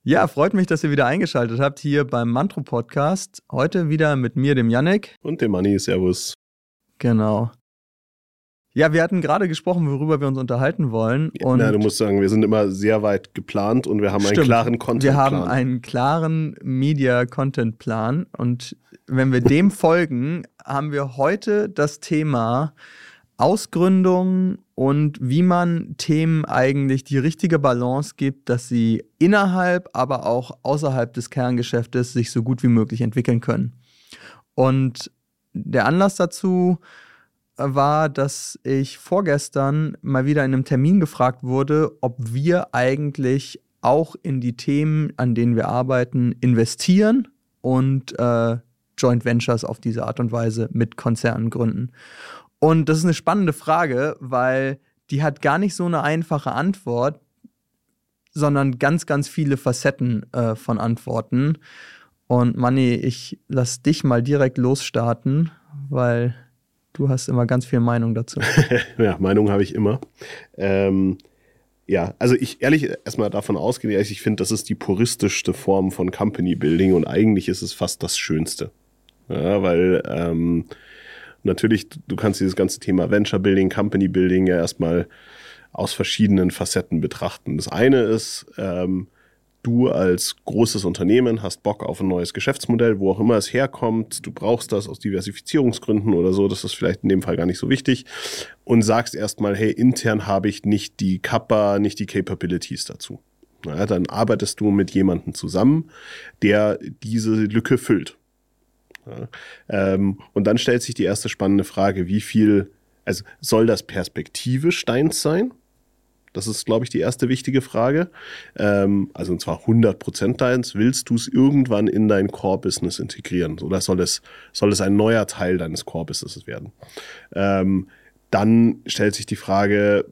Ja, freut mich, dass ihr wieder eingeschaltet habt hier beim Mantro-Podcast. Heute wieder mit mir, dem Yannick. Und dem Manni, servus. Genau. Ja, wir hatten gerade gesprochen, worüber wir uns unterhalten wollen. Und du musst sagen, wir sind immer sehr weit geplant und wir haben einen klaren Content-Plan. Wir haben einen klaren Media-Content-Plan und wenn wir dem folgen, haben wir heute das Thema Ausgründung und wie man Themen eigentlich die richtige Balance gibt, dass sie innerhalb, aber auch außerhalb des Kerngeschäftes sich so gut wie möglich entwickeln können. Und der Anlass dazu war, dass ich vorgestern mal wieder in einem Termin gefragt wurde, ob wir eigentlich auch in die Themen, an denen wir arbeiten, investieren und Joint Ventures auf diese Art und Weise mit Konzernen gründen. Und das ist eine spannende Frage, weil die hat gar nicht so eine einfache Antwort, sondern ganz, ganz viele Facetten von Antworten. Und Manni, ich lass dich mal direkt losstarten, weil du hast immer ganz viel Meinung dazu. Ja, Meinung habe ich immer. Also ich ehrlich erstmal davon ausgehe, ich finde, das ist die puristischste Form von Company Building und eigentlich ist es fast das Schönste. Ja, weil natürlich, du kannst dieses ganze Thema Venture Building, Company Building ja erstmal aus verschiedenen Facetten betrachten. Das eine ist, du als großes Unternehmen hast Bock auf ein neues Geschäftsmodell, wo auch immer es herkommt. Du brauchst das aus Diversifizierungsgründen oder so. Das ist vielleicht in dem Fall gar nicht so wichtig. Und sagst erstmal, hey, intern habe ich nicht die Kappa, nicht die Capabilities dazu. Naja, dann arbeitest du mit jemandem zusammen, der diese Lücke füllt. Ja, und dann stellt sich die erste spannende Frage, soll das perspektivisch deins sein? Das ist, glaube ich, die erste wichtige Frage. Und zwar 100% deins. Willst du es irgendwann in dein Core-Business integrieren? Oder soll es ein neuer Teil deines Core-Businesses werden? Dann stellt sich die Frage,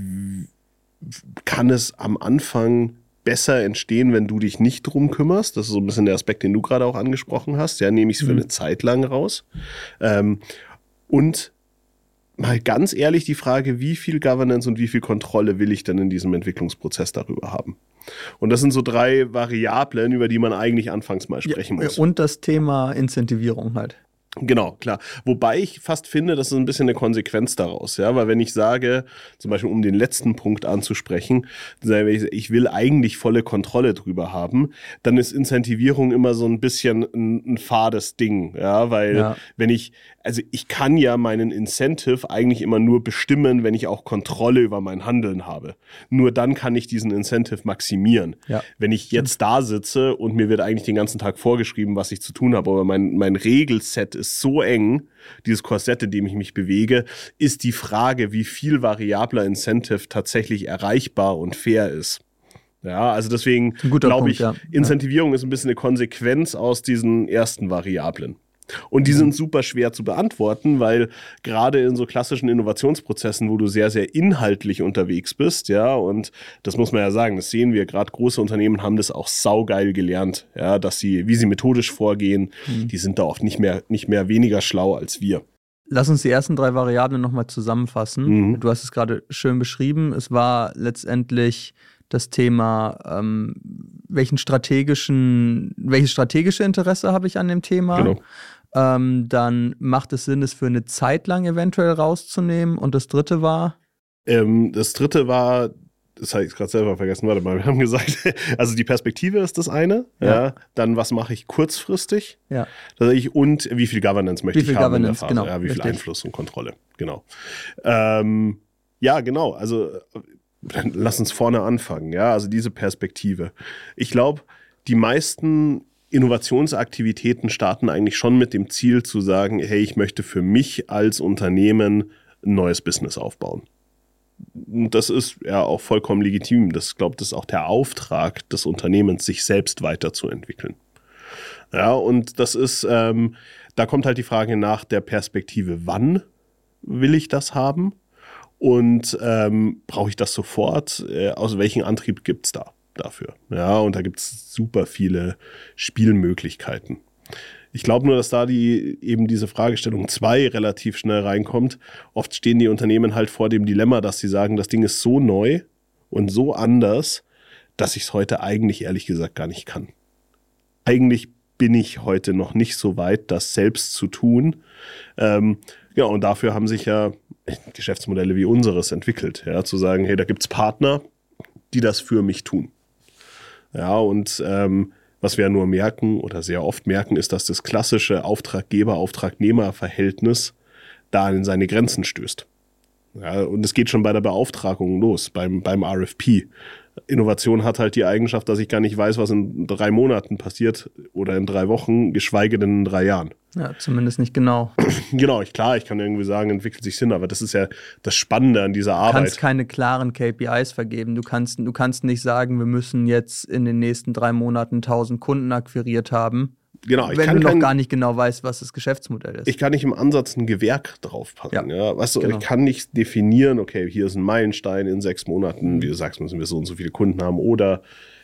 kann es am Anfang besser entstehen, wenn du dich nicht drum kümmerst? Das ist so ein bisschen der Aspekt, den du gerade auch angesprochen hast. Ja, nehme ich es für eine Zeit lang raus. Und mal ganz ehrlich die Frage, wie viel Governance und wie viel Kontrolle will ich denn in diesem Entwicklungsprozess darüber haben? Und das sind so 3 Variablen, über die man eigentlich anfangs mal sprechen muss. Und das Thema Incentivierung halt. Genau, klar. Wobei ich fast finde, das ist ein bisschen eine Konsequenz daraus, ja, weil wenn ich sage, zum Beispiel um den letzten Punkt anzusprechen, ich will eigentlich volle Kontrolle drüber haben, dann ist Incentivierung immer so ein bisschen ein fades Ding, ja, weil ich kann ja meinen Incentive eigentlich immer nur bestimmen, wenn ich auch Kontrolle über mein Handeln habe. Nur dann kann ich diesen Incentive maximieren. Ja. Wenn ich jetzt da sitze und mir wird eigentlich den ganzen Tag vorgeschrieben, was ich zu tun habe, aber mein Regelset ist so eng, dieses Korsett, in dem ich mich bewege, ist die Frage, wie viel variabler Incentive tatsächlich erreichbar und fair ist. Ja, also deswegen glaube ich, Incentivierung ist ein bisschen eine Konsequenz aus diesen ersten Variablen. Und die sind super schwer zu beantworten, weil gerade in so klassischen Innovationsprozessen, wo du sehr, sehr inhaltlich unterwegs bist, ja, und das muss man ja sagen, das sehen wir, gerade große Unternehmen haben das auch saugeil gelernt, ja, wie sie methodisch vorgehen, die sind da oft nicht mehr weniger schlau als wir. Lass uns die ersten 3 Variablen nochmal zusammenfassen. Du hast es gerade schön beschrieben. Es war letztendlich das Thema, welches strategische Interesse habe ich an dem Thema? Genau. Dann macht es Sinn, es für eine Zeit lang eventuell rauszunehmen. Und das dritte war? Das habe ich gerade selber vergessen, warte mal, wir haben gesagt, also die Perspektive ist das eine, ja. Dann was mache ich kurzfristig, und wie viel Governance möchte ich haben in der Phase, genau, wie viel Einfluss und Kontrolle, genau. Genau, also dann lass uns vorne anfangen, ja, also diese Perspektive. Ich glaube, die meisten Innovationsaktivitäten starten eigentlich schon mit dem Ziel zu sagen, hey, ich möchte für mich als Unternehmen ein neues Business aufbauen. Und das ist ja auch vollkommen legitim. Ich glaube, das ist auch der Auftrag des Unternehmens, sich selbst weiterzuentwickeln. Ja, und das ist, da kommt halt die Frage nach der Perspektive, wann will ich das haben? Und brauche ich das sofort? Aus welchem Antrieb gibt es da dafür? Ja, und da gibt es super viele Spielmöglichkeiten. Ich glaube nur, dass da eben diese Fragestellung 2 relativ schnell reinkommt. Oft stehen die Unternehmen halt vor dem Dilemma, dass sie sagen, das Ding ist so neu und so anders, dass ich es heute eigentlich ehrlich gesagt gar nicht kann. Eigentlich bin ich heute noch nicht so weit, das selbst zu tun. Ja, und dafür haben sich ja Geschäftsmodelle wie unseres entwickelt, ja, zu sagen, hey, da gibt es Partner, die das für mich tun. Ja, und was wir nur merken oder sehr oft merken, ist, dass das klassische Auftraggeber-Auftragnehmer-Verhältnis da in seine Grenzen stößt. Ja, und es geht schon bei der Beauftragung los, beim RFP. Innovation hat halt die Eigenschaft, dass ich gar nicht weiß, was in 3 Monaten passiert oder in 3 Wochen, geschweige denn in 3 Jahren. Ja, zumindest nicht genau. Genau, klar, ich kann irgendwie sagen, entwickelt sich Sinn, aber das ist ja das Spannende an dieser Arbeit. Du kannst keine klaren KPIs vergeben. Du kannst nicht sagen, wir müssen jetzt in den nächsten 3 Monaten 1000 Kunden akquiriert haben. Genau, wenn du noch gar nicht genau weißt, was das Geschäftsmodell ist. Ich kann nicht im Ansatz ein Gewerk draufpacken. Ja. Weißt du, genau. Ich kann nicht definieren, okay, hier ist ein Meilenstein in 6 Monaten, wie du sagst, müssen wir so und so viele Kunden haben oder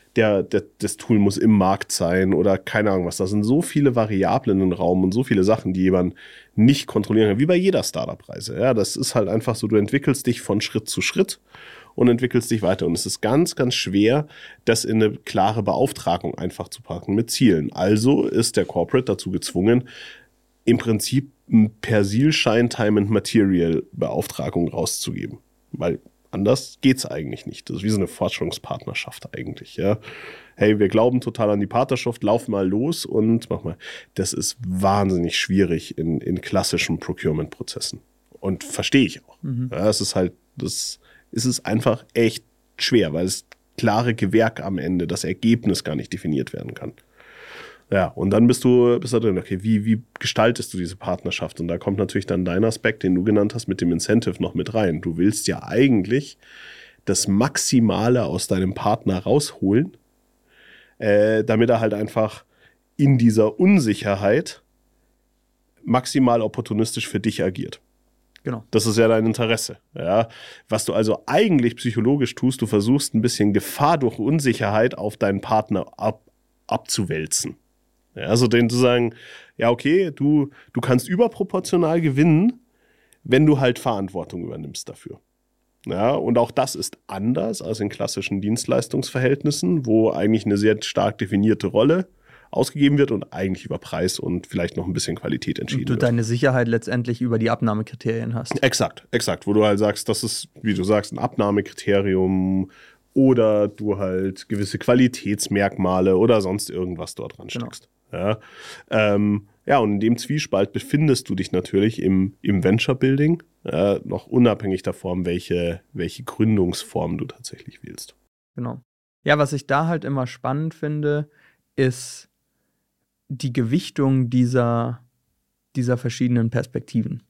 das Tool muss im Markt sein oder keine Ahnung was. Da sind so viele Variablen im Raum und so viele Sachen, die jemand nicht kontrollieren kann, wie bei jeder Startup-Reise. Ja, das ist halt einfach so, du entwickelst dich von Schritt zu Schritt und entwickelst dich weiter. Und es ist ganz, ganz schwer, das in eine klare Beauftragung einfach zu packen mit Zielen. Also ist der Corporate dazu gezwungen, im Prinzip ein Persilschein Time and Material Beauftragung rauszugeben. Weil anders geht's eigentlich nicht. Das ist wie so eine Forschungspartnerschaft eigentlich. Ja. Hey, wir glauben total an die Partnerschaft, lauf mal los und mach mal. Das ist wahnsinnig schwierig in klassischen Procurement-Prozessen. Und verstehe ich auch. Ja, es ist halt, es ist einfach echt schwer, weil das klare Gewerk am Ende, das Ergebnis gar nicht definiert werden kann. Ja, und dann bist du drin, okay, wie gestaltest du diese Partnerschaft? Und da kommt natürlich dann dein Aspekt, den du genannt hast, mit dem Incentive noch mit rein. Du willst ja eigentlich das Maximale aus deinem Partner rausholen, damit er halt einfach in dieser Unsicherheit maximal opportunistisch für dich agiert. Genau. Das ist ja dein Interesse. Ja? Was du also eigentlich psychologisch tust, du versuchst ein bisschen Gefahr durch Unsicherheit auf deinen Partner abzuwälzen. Ja, also denen zu sagen, ja okay, du kannst überproportional gewinnen, wenn du halt Verantwortung übernimmst dafür. Ja, und auch das ist anders als in klassischen Dienstleistungsverhältnissen, wo eigentlich eine sehr stark definierte Rolle ausgegeben wird und eigentlich über Preis und vielleicht noch ein bisschen Qualität entschieden wird. Und du deine Sicherheit letztendlich über die Abnahmekriterien hast. Exakt. Wo du halt sagst, das ist, wie du sagst, ein Abnahmekriterium oder du halt gewisse Qualitätsmerkmale oder sonst irgendwas dort dran steckst. Genau. Ja, und in dem Zwiespalt befindest du dich natürlich im Venture-Building, noch unabhängig davon, welche Gründungsform du tatsächlich wählst. Genau. Ja, was ich da halt immer spannend finde, ist die Gewichtung dieser verschiedenen Perspektiven.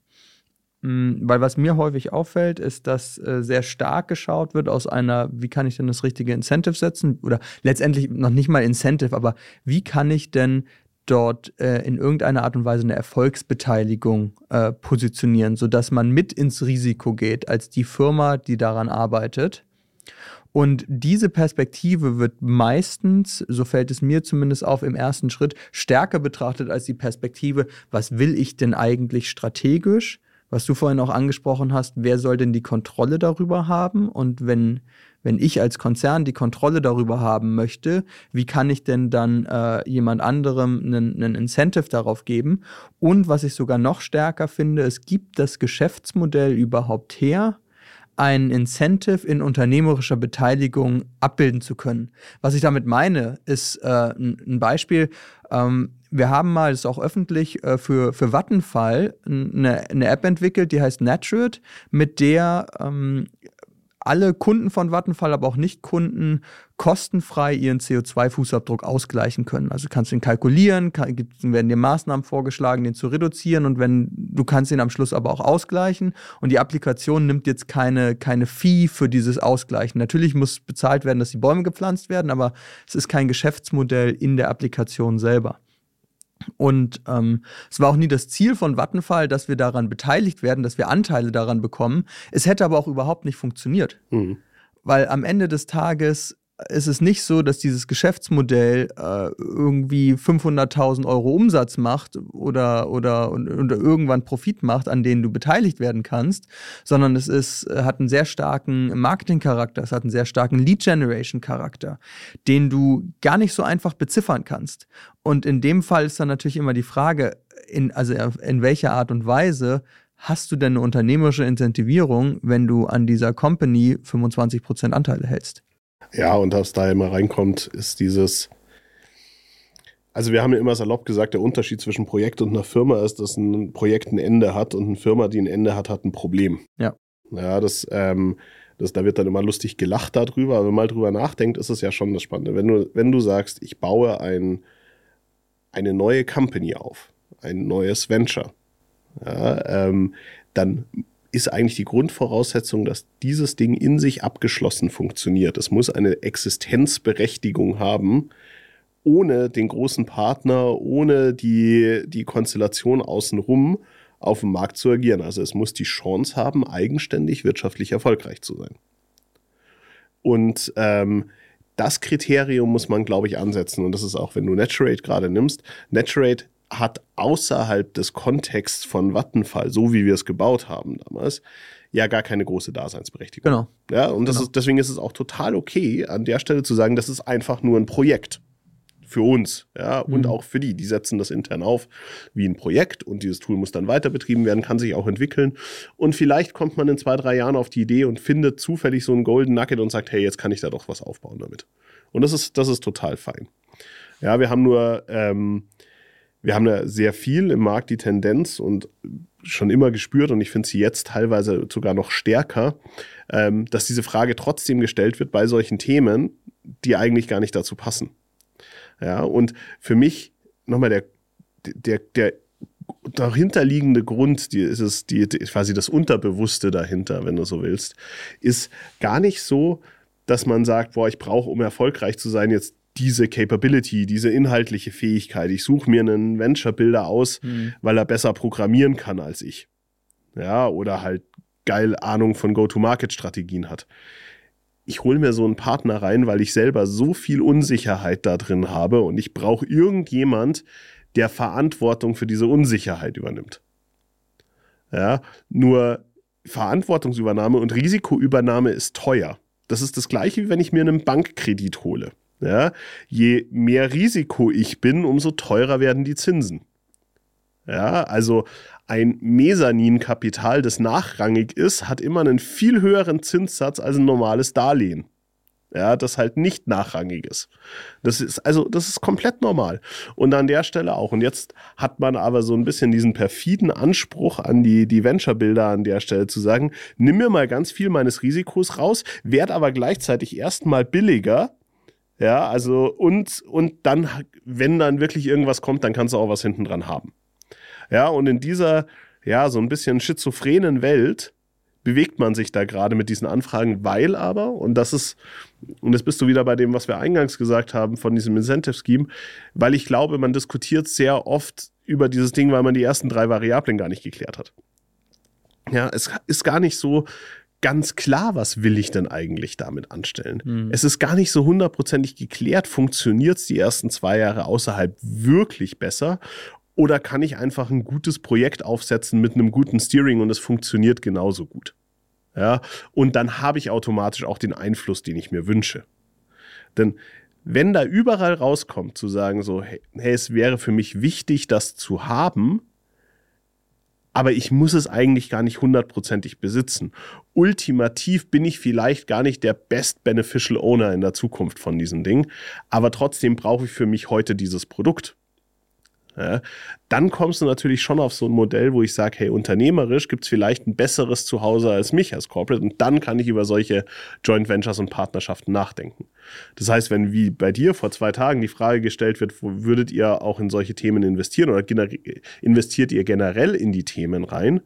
Weil was mir häufig auffällt, ist, dass sehr stark geschaut wird aus einer, wie kann ich denn das richtige Incentive setzen? Oder letztendlich noch nicht mal Incentive, aber wie kann ich denn dort in irgendeiner Art und Weise eine Erfolgsbeteiligung positionieren, sodass man mit ins Risiko geht als die Firma, die daran arbeitet. Und diese Perspektive wird meistens, so fällt es mir zumindest auf, im ersten Schritt stärker betrachtet als die Perspektive, was will ich denn eigentlich strategisch? Was du vorhin auch angesprochen hast, wer soll denn die Kontrolle darüber haben? Und wenn ich als Konzern die Kontrolle darüber haben möchte, wie kann ich denn dann jemand anderem einen Incentive darauf geben? Und was ich sogar noch stärker finde, es gibt das Geschäftsmodell überhaupt her, ein Incentive in unternehmerischer Beteiligung abbilden zu können. Was ich damit meine, ist ein Beispiel. Wir haben mal, das ist auch öffentlich, für Vattenfall eine App entwickelt, die heißt Naturit, mit der alle Kunden von Vattenfall, aber auch Nicht-Kunden kostenfrei ihren CO2-Fußabdruck ausgleichen können. Also kannst du ihn kalkulieren, werden dir Maßnahmen vorgeschlagen, den zu reduzieren und du kannst ihn am Schluss aber auch ausgleichen und die Applikation nimmt jetzt keine Fee für dieses Ausgleichen. Natürlich muss bezahlt werden, dass die Bäume gepflanzt werden, aber es ist kein Geschäftsmodell in der Applikation selber. Und es war auch nie das Ziel von Vattenfall, dass wir daran beteiligt werden, dass wir Anteile daran bekommen. Es hätte aber auch überhaupt nicht funktioniert. Weil am Ende des Tages ist es nicht so, dass dieses Geschäftsmodell irgendwie 500.000 Euro Umsatz macht oder irgendwann Profit macht, an denen du beteiligt werden kannst, sondern hat einen sehr starken Marketing-Charakter, es hat einen sehr starken Lead-Generation-Charakter, den du gar nicht so einfach beziffern kannst. Und in dem Fall ist dann natürlich immer die Frage, in welcher Art und Weise hast du denn eine unternehmerische Incentivierung, wenn du an dieser Company 25% Anteile hältst? Ja, und was da immer reinkommt, ist also wir haben ja immer salopp gesagt, der Unterschied zwischen Projekt und einer Firma ist, dass ein Projekt ein Ende hat und eine Firma, die ein Ende hat, hat ein Problem. Ja. Ja, da wird dann immer lustig gelacht darüber, aber wenn man mal drüber nachdenkt, ist es ja schon das Spannende. Wenn du sagst, ich baue eine neue Company auf, ein neues Venture, ja, dann ist eigentlich die Grundvoraussetzung, dass dieses Ding in sich abgeschlossen funktioniert. Es muss eine Existenzberechtigung haben, ohne den großen Partner, ohne die Konstellation außenrum auf dem Markt zu agieren. Also es muss die Chance haben, eigenständig wirtschaftlich erfolgreich zu sein. Und das Kriterium muss man, glaube ich, ansetzen. Und das ist auch, wenn du Naturate gerade nimmst. Naturate hat außerhalb des Kontexts von Vattenfall, so wie wir es gebaut haben damals, ja gar keine große Daseinsberechtigung. Genau. Ja, und deswegen ist es auch total okay, an der Stelle zu sagen, das ist einfach nur ein Projekt für uns, ja, und auch für die setzen das intern auf wie ein Projekt und dieses Tool muss dann weiter betrieben werden, kann sich auch entwickeln und vielleicht kommt man in 2-3 Jahren auf die Idee und findet zufällig so einen Golden Nugget und sagt, hey, jetzt kann ich da doch was aufbauen damit. Und das ist total fein. Ja, wir haben da sehr viel im Markt die Tendenz und schon immer gespürt und ich finde sie jetzt teilweise sogar noch stärker, dass diese Frage trotzdem gestellt wird bei solchen Themen, die eigentlich gar nicht dazu passen. Ja, und für mich nochmal der dahinterliegende Grund, quasi das Unterbewusste dahinter, wenn du so willst, ist gar nicht so, dass man sagt, boah, ich brauche, um erfolgreich zu sein, jetzt diese Capability, diese inhaltliche Fähigkeit. Ich suche mir einen Venture-Builder aus, weil er besser programmieren kann als ich. Ja, oder halt geil Ahnung von Go-to-Market-Strategien hat. Ich hole mir so einen Partner rein, weil ich selber so viel Unsicherheit da drin habe und ich brauche irgendjemand, der Verantwortung für diese Unsicherheit übernimmt. Ja, nur Verantwortungsübernahme und Risikoübernahme ist teuer. Das ist das Gleiche, wie wenn ich mir einen Bankkredit hole. Ja, je mehr Risiko ich bin, umso teurer werden die Zinsen. Ja, also ein Mezzaninkapital, das nachrangig ist, hat immer einen viel höheren Zinssatz als ein normales Darlehen. Ja, das halt nicht nachrangig ist. Das ist komplett normal. Und an der Stelle auch. Und jetzt hat man aber so ein bisschen diesen perfiden Anspruch an die Venture-Builder an der Stelle zu sagen, nimm mir mal ganz viel meines Risikos raus, werd aber gleichzeitig erstmal billiger. Ja, also und dann, wenn dann wirklich irgendwas kommt, dann kannst du auch was hinten dran haben. Ja, und in dieser, ja, so ein bisschen schizophrenen Welt bewegt man sich da gerade mit diesen Anfragen, weil aber, und das bist du wieder bei dem, was wir eingangs gesagt haben von diesem Incentive Scheme, weil ich glaube, man diskutiert sehr oft über dieses Ding, weil man die ersten 3 Variablen gar nicht geklärt hat. Ja, es ist gar nicht so ganz klar, was will ich denn eigentlich damit anstellen. Es ist gar nicht so 100%ig geklärt, funktioniert es die ersten 2 Jahre außerhalb wirklich besser? Oder kann ich einfach ein gutes Projekt aufsetzen mit einem guten Steering und es funktioniert genauso gut? Ja, und dann habe ich automatisch auch den Einfluss, den ich mir wünsche. Denn wenn da überall rauskommt, zu sagen so, hey, es wäre für mich wichtig, das zu haben, aber ich muss es eigentlich gar nicht 100%ig besitzen. Ultimativ bin ich vielleicht gar nicht der Best Beneficial Owner in der Zukunft von diesem Ding, aber trotzdem brauche ich für mich heute dieses Produkt. Ja, dann kommst du natürlich schon auf so ein Modell, wo ich sage, hey, unternehmerisch gibt es vielleicht ein besseres Zuhause als mich als Corporate und dann kann ich über solche Joint Ventures und Partnerschaften nachdenken. Das heißt, wenn wie bei dir vor 2 Tagen die Frage gestellt wird, würdet ihr auch in solche Themen investieren oder investiert ihr generell in die Themen rein?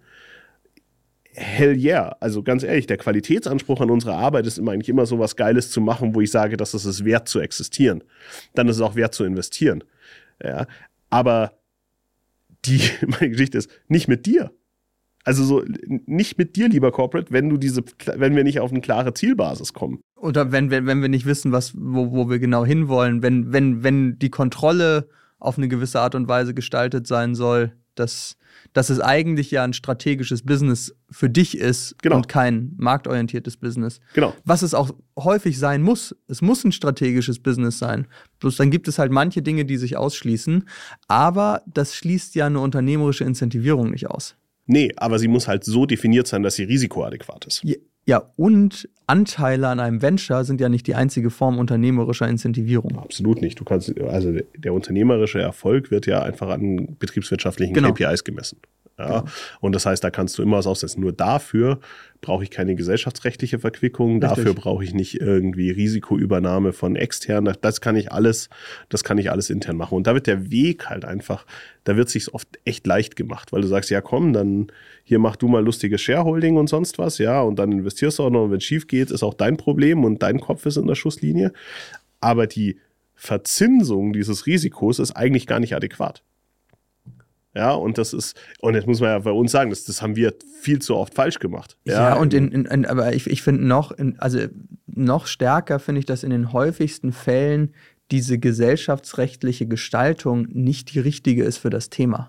Hell yeah. Also ganz ehrlich, der Qualitätsanspruch an unsere Arbeit ist eigentlich immer so was Geiles zu machen, wo ich sage, dass es ist wert zu existieren. Dann ist es auch wert zu investieren. Ja. Aber meine Geschichte ist nicht mit dir. Also so nicht mit dir, lieber Corporate, wenn wir nicht auf eine klare Zielbasis kommen. Oder wenn wir nicht wissen, wo wir genau hinwollen, wenn die Kontrolle auf eine gewisse Art und Weise gestaltet sein soll, dass es eigentlich ja ein strategisches Business für dich ist und kein marktorientiertes Business. Genau. Was es auch häufig sein muss. Es muss ein strategisches Business sein. Bloß dann gibt es halt manche Dinge, die sich ausschließen. Aber das schließt ja eine unternehmerische Incentivierung nicht aus. Nee, aber sie muss halt so definiert sein, dass sie risikoadäquat ist. Ja, und Anteile an einem Venture sind ja nicht die einzige Form unternehmerischer Incentivierung. Absolut nicht. Also der unternehmerische Erfolg wird ja einfach an betriebswirtschaftlichen KPIs gemessen. Ja? Genau. Und das heißt, da kannst du immer was aufsetzen. Nur dafür brauche ich keine gesellschaftsrechtliche Verquickung. Richtig. Dafür brauche ich nicht irgendwie Risikoübernahme von externen. Das kann ich alles intern machen. Und da wird der Weg halt einfach, da wird es sich oft echt leicht gemacht, weil du sagst, ja komm, dann hier mach du mal lustiges Shareholding und sonst was, ja, und dann investierst du auch noch, und wenn es schief geht, ist auch dein Problem und dein Kopf ist in der Schusslinie. Aber die Verzinsung dieses Risikos ist eigentlich gar nicht adäquat. Ja, und jetzt muss man ja bei uns sagen, das haben wir viel zu oft falsch gemacht. Ja, und aber ich finde noch stärker finde ich, dass in den häufigsten Fällen diese gesellschaftsrechtliche Gestaltung nicht die richtige ist für das Thema.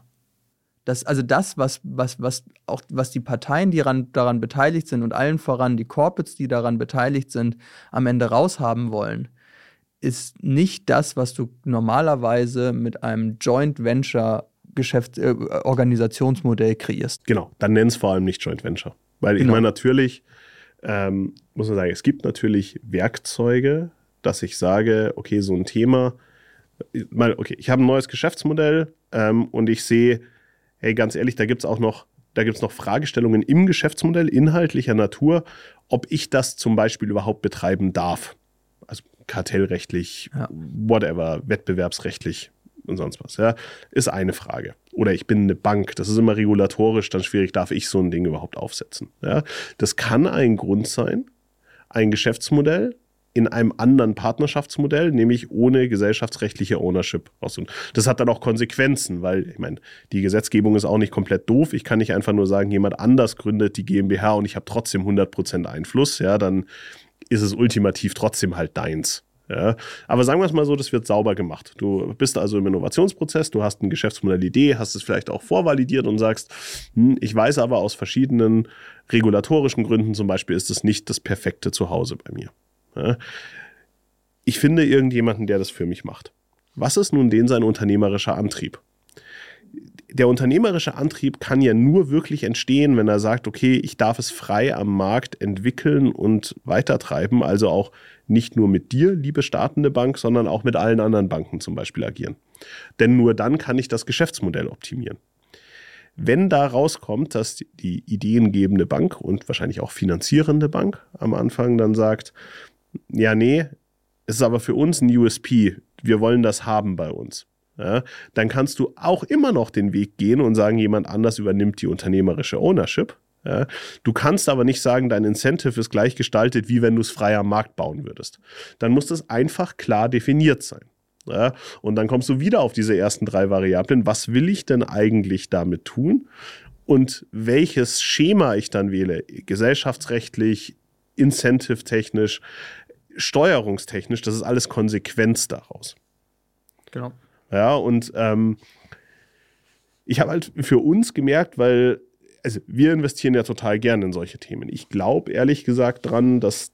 Was die Parteien, die daran beteiligt sind und allen voran die Corporates, die daran beteiligt sind, am Ende raushaben wollen, ist nicht das, was du normalerweise mit einem Joint Venture Organisationsmodell kreierst. Genau, dann nenn es vor allem nicht Joint Venture. Weil ich meine, natürlich muss man sagen, es gibt natürlich Werkzeuge, dass ich sage, okay, so ein Thema, ich habe ein neues Geschäftsmodell und ich sehe, hey, ganz ehrlich, da gibt es noch Fragestellungen im Geschäftsmodell inhaltlicher Natur, ob ich das zum Beispiel überhaupt betreiben darf. Also kartellrechtlich, whatever, wettbewerbsrechtlich und sonst was, ja, ist eine Frage. Oder ich bin eine Bank, das ist immer regulatorisch dann schwierig, darf ich so ein Ding überhaupt aufsetzen? Ja? Das kann ein Grund sein, ein Geschäftsmodell in einem anderen Partnerschaftsmodell, nämlich ohne gesellschaftsrechtliche Ownership rauszuholen. Das hat dann auch Konsequenzen, weil, ich meine, die Gesetzgebung ist auch nicht komplett doof. Ich kann nicht einfach nur sagen, jemand anders gründet die GmbH und ich habe trotzdem 100% Einfluss, ja, dann ist es ultimativ trotzdem halt deins. Ja, aber sagen wir es mal so, das wird sauber gemacht. Du bist also im Innovationsprozess, du hast eine Geschäftsmodellidee, hast es vielleicht auch vorvalidiert und sagst, ich weiß aber aus verschiedenen regulatorischen Gründen zum Beispiel ist es nicht das perfekte Zuhause bei mir. Ja, ich finde irgendjemanden, der das für mich macht. Was ist nun sein unternehmerischer Antrieb? Der unternehmerische Antrieb kann ja nur wirklich entstehen, wenn er sagt, okay, ich darf es frei am Markt entwickeln und weitertreiben, also auch nicht nur mit dir, liebe startende Bank, sondern auch mit allen anderen Banken zum Beispiel agieren. Denn nur dann kann ich das Geschäftsmodell optimieren. Wenn da rauskommt, dass die ideengebende Bank und wahrscheinlich auch finanzierende Bank am Anfang dann sagt, ja, nee, es ist aber für uns ein USP, wir wollen das haben bei uns. Ja, dann kannst du auch immer noch den Weg gehen und sagen, jemand anders übernimmt die unternehmerische Ownership. Ja, du kannst aber nicht sagen, dein Incentive ist gleich gestaltet, wie wenn du es frei am Markt bauen würdest. Dann muss das einfach klar definiert sein. Ja, und dann kommst du wieder auf diese ersten 3 Variablen. Was will ich denn eigentlich damit tun? Und welches Schema ich dann wähle, gesellschaftsrechtlich, incentive-technisch, steuerungstechnisch, das ist alles Konsequenz daraus. Genau. Ja, und ich habe halt für uns gemerkt, weil wir investieren ja total gerne in solche Themen. Ich glaube ehrlich gesagt dran, dass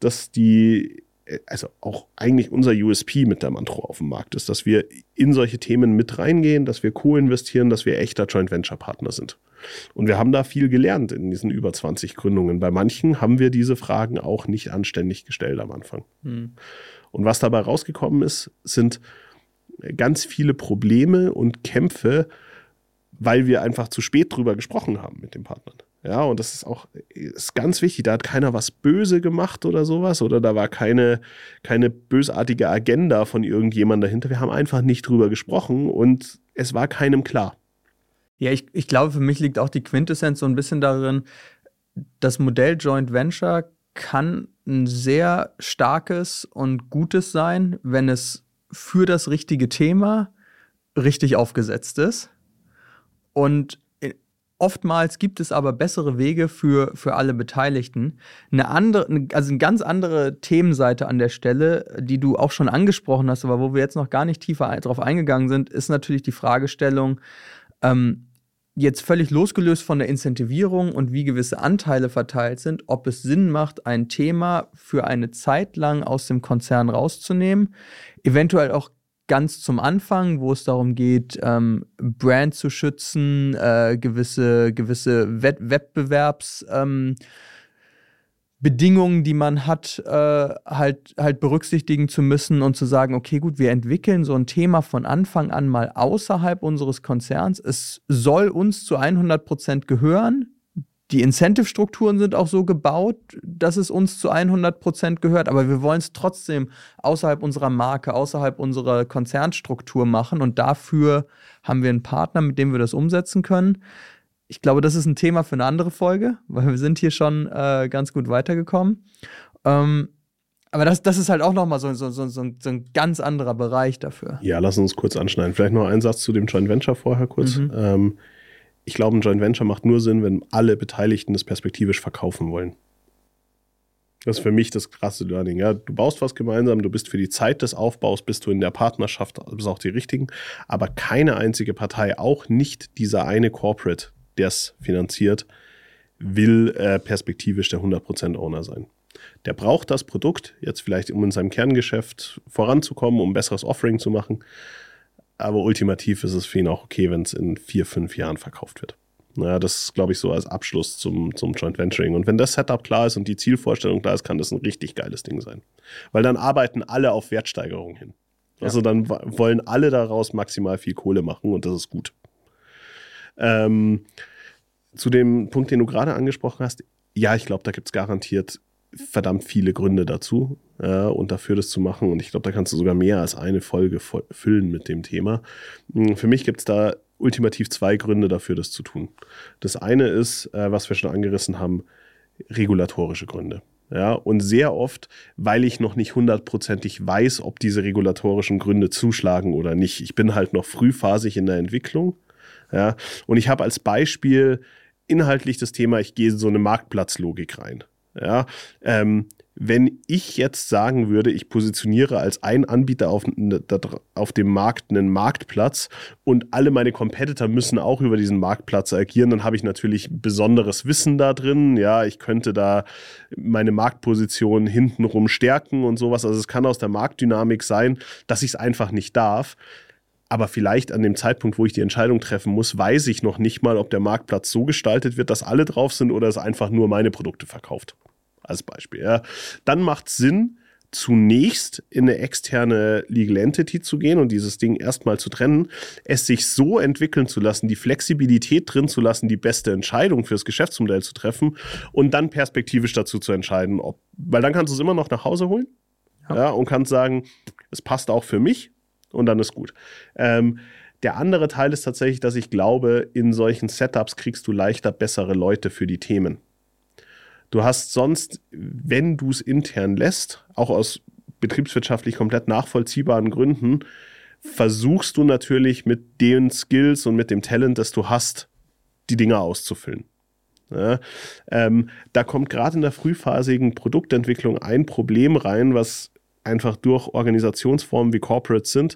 auch eigentlich unser USP mit der Mantro auf dem Markt ist, dass wir in solche Themen mit reingehen, dass wir co-investieren, dass wir echter Joint-Venture-Partner sind. Und wir haben da viel gelernt in diesen über 20 Gründungen. Bei manchen haben wir diese Fragen auch nicht anständig gestellt am Anfang. Und was dabei rausgekommen ist, sind ganz viele Probleme und Kämpfe, weil wir einfach zu spät drüber gesprochen haben mit den Partnern. Ja, und das ist ganz wichtig. Da hat keiner was böse gemacht oder sowas oder da war keine bösartige Agenda von irgendjemandem dahinter. Wir haben einfach nicht drüber gesprochen und es war keinem klar. Ja, ich glaube, für mich liegt auch die Quintessenz so ein bisschen darin, das Modell Joint Venture kann ein sehr starkes und gutes sein, wenn es für das richtige Thema richtig aufgesetzt ist und Oftmals gibt es aber bessere Wege für alle Beteiligten. Eine ganz andere Themenseite an der Stelle, die du auch schon angesprochen hast, aber wo wir jetzt noch gar nicht tiefer drauf eingegangen sind, ist natürlich die Fragestellung, jetzt völlig losgelöst von der Incentivierung und wie gewisse Anteile verteilt sind, ob es Sinn macht, ein Thema für eine Zeit lang aus dem Konzern rauszunehmen, eventuell auch ganz zum Anfang, wo es darum geht, Brand zu schützen, gewisse Wettbewerbsbedingungen, die man hat, halt berücksichtigen zu müssen und zu sagen, okay, gut, wir entwickeln so ein Thema von Anfang an mal außerhalb unseres Konzerns. Es soll uns zu 100% gehören. Die Incentive-Strukturen sind auch so gebaut, dass es uns zu 100% gehört, aber wir wollen es trotzdem außerhalb unserer Marke, außerhalb unserer Konzernstruktur machen und dafür haben wir einen Partner, mit dem wir das umsetzen können. Ich glaube, das ist ein Thema für eine andere Folge, weil wir sind hier schon ganz gut weitergekommen. Aber das ist halt auch nochmal so ein ganz anderer Bereich dafür. Ja, lass uns kurz anschneiden. Vielleicht noch einen Satz zu dem Joint Venture vorher kurz. Ich glaube, ein Joint Venture macht nur Sinn, wenn alle Beteiligten es perspektivisch verkaufen wollen. Das ist für mich das krasse Learning. Ja? Du baust was gemeinsam, du bist für die Zeit des Aufbaus, bist du in der Partnerschaft, bist auch die Richtigen, aber keine einzige Partei, auch nicht dieser eine Corporate, der es finanziert, will perspektivisch der 100% Owner sein. Der braucht das Produkt, jetzt vielleicht um in seinem Kerngeschäft voranzukommen, um ein besseres Offering zu machen. Aber ultimativ ist es für ihn auch okay, wenn es in 4-5 Jahren verkauft wird. Naja, das ist, glaube ich, so als Abschluss zum Joint Venturing. Und wenn das Setup klar ist und die Zielvorstellung klar ist, kann das ein richtig geiles Ding sein. Weil dann arbeiten alle auf Wertsteigerung hin. Ja. Also dann wollen alle daraus maximal viel Kohle machen und das ist gut. Zu dem Punkt, den du gerade angesprochen hast, ja, ich glaube, da gibt es garantiert verdammt viele Gründe dazu und dafür das zu machen. Und ich glaube, da kannst du sogar mehr als eine Folge füllen mit dem Thema. Für mich gibt es da ultimativ 2 Gründe dafür, das zu tun. Das eine ist, was wir schon angerissen haben, regulatorische Gründe. Ja, und sehr oft, weil ich noch nicht 100%ig weiß, ob diese regulatorischen Gründe zuschlagen oder nicht. Ich bin halt noch frühphasig in der Entwicklung. Ja, und ich habe als Beispiel inhaltlich das Thema, ich gehe in so eine Marktplatzlogik rein. Ja, wenn ich jetzt sagen würde, ich positioniere als ein Anbieter auf dem Markt einen Marktplatz und alle meine Competitor müssen auch über diesen Marktplatz agieren, dann habe ich natürlich besonderes Wissen da drin. Ja, ich könnte da meine Marktposition hintenrum stärken und sowas. Also es kann aus der Marktdynamik sein, dass ich es einfach nicht darf. Aber vielleicht an dem Zeitpunkt, wo ich die Entscheidung treffen muss, weiß ich noch nicht mal, ob der Marktplatz so gestaltet wird, dass alle drauf sind oder es einfach nur meine Produkte verkauft. Als Beispiel. Ja. Dann macht es Sinn, zunächst in eine externe Legal Entity zu gehen und dieses Ding erstmal zu trennen, es sich so entwickeln zu lassen, die Flexibilität drin zu lassen, die beste Entscheidung fürs Geschäftsmodell zu treffen und dann perspektivisch dazu zu entscheiden, weil dann kannst du es immer noch nach Hause holen und kannst sagen, es passt auch für mich. Und dann ist gut. Der andere Teil ist tatsächlich, dass ich glaube, in solchen Setups kriegst du leichter bessere Leute für die Themen. Du hast sonst, wenn du es intern lässt, auch aus betriebswirtschaftlich komplett nachvollziehbaren Gründen, versuchst du natürlich mit den Skills und mit dem Talent, das du hast, die Dinge auszufüllen. Ja, da kommt gerade in der frühphasigen Produktentwicklung ein Problem rein, was einfach durch Organisationsformen wie Corporates sind.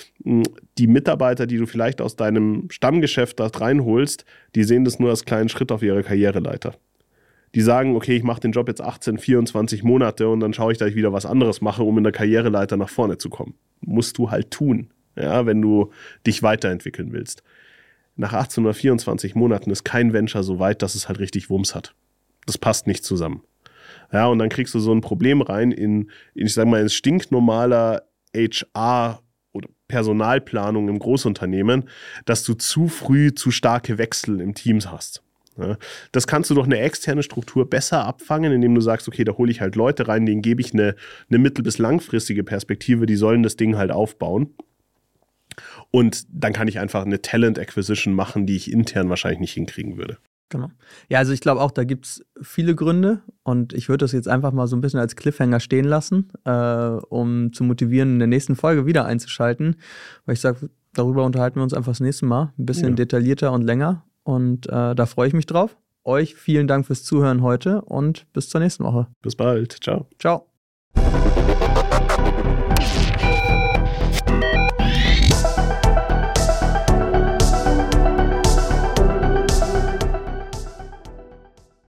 Die Mitarbeiter, die du vielleicht aus deinem Stammgeschäft da reinholst, die sehen das nur als kleinen Schritt auf ihre Karriereleiter. Die sagen, okay, ich mache den Job jetzt 18, 24 Monate und dann schaue ich, dass ich wieder was anderes mache, um in der Karriereleiter nach vorne zu kommen. Musst du halt tun, ja, wenn du dich weiterentwickeln willst. Nach 18 oder 24 Monaten ist kein Venture so weit, dass es halt richtig Wumms hat. Das passt nicht zusammen. Ja, und dann kriegst du so ein Problem rein ich sag mal, in stinknormaler HR oder Personalplanung im Großunternehmen, dass du zu früh zu starke Wechsel im Team hast. Ja, das kannst du durch eine externe Struktur besser abfangen, indem du sagst, okay, da hole ich halt Leute rein, denen gebe ich eine mittel- bis langfristige Perspektive, die sollen das Ding halt aufbauen. Und dann kann ich einfach eine Talent Acquisition machen, die ich intern wahrscheinlich nicht hinkriegen würde. Genau. Ja, also ich glaube auch, da gibt es viele Gründe und ich würde das jetzt einfach mal so ein bisschen als Cliffhanger stehen lassen, um zu motivieren, in der nächsten Folge wieder einzuschalten, weil ich sage, darüber unterhalten wir uns einfach das nächste Mal, ein bisschen detaillierter und länger Und da freue ich mich drauf. Euch vielen Dank fürs Zuhören heute und bis zur nächsten Woche. Bis bald. Ciao. Ciao.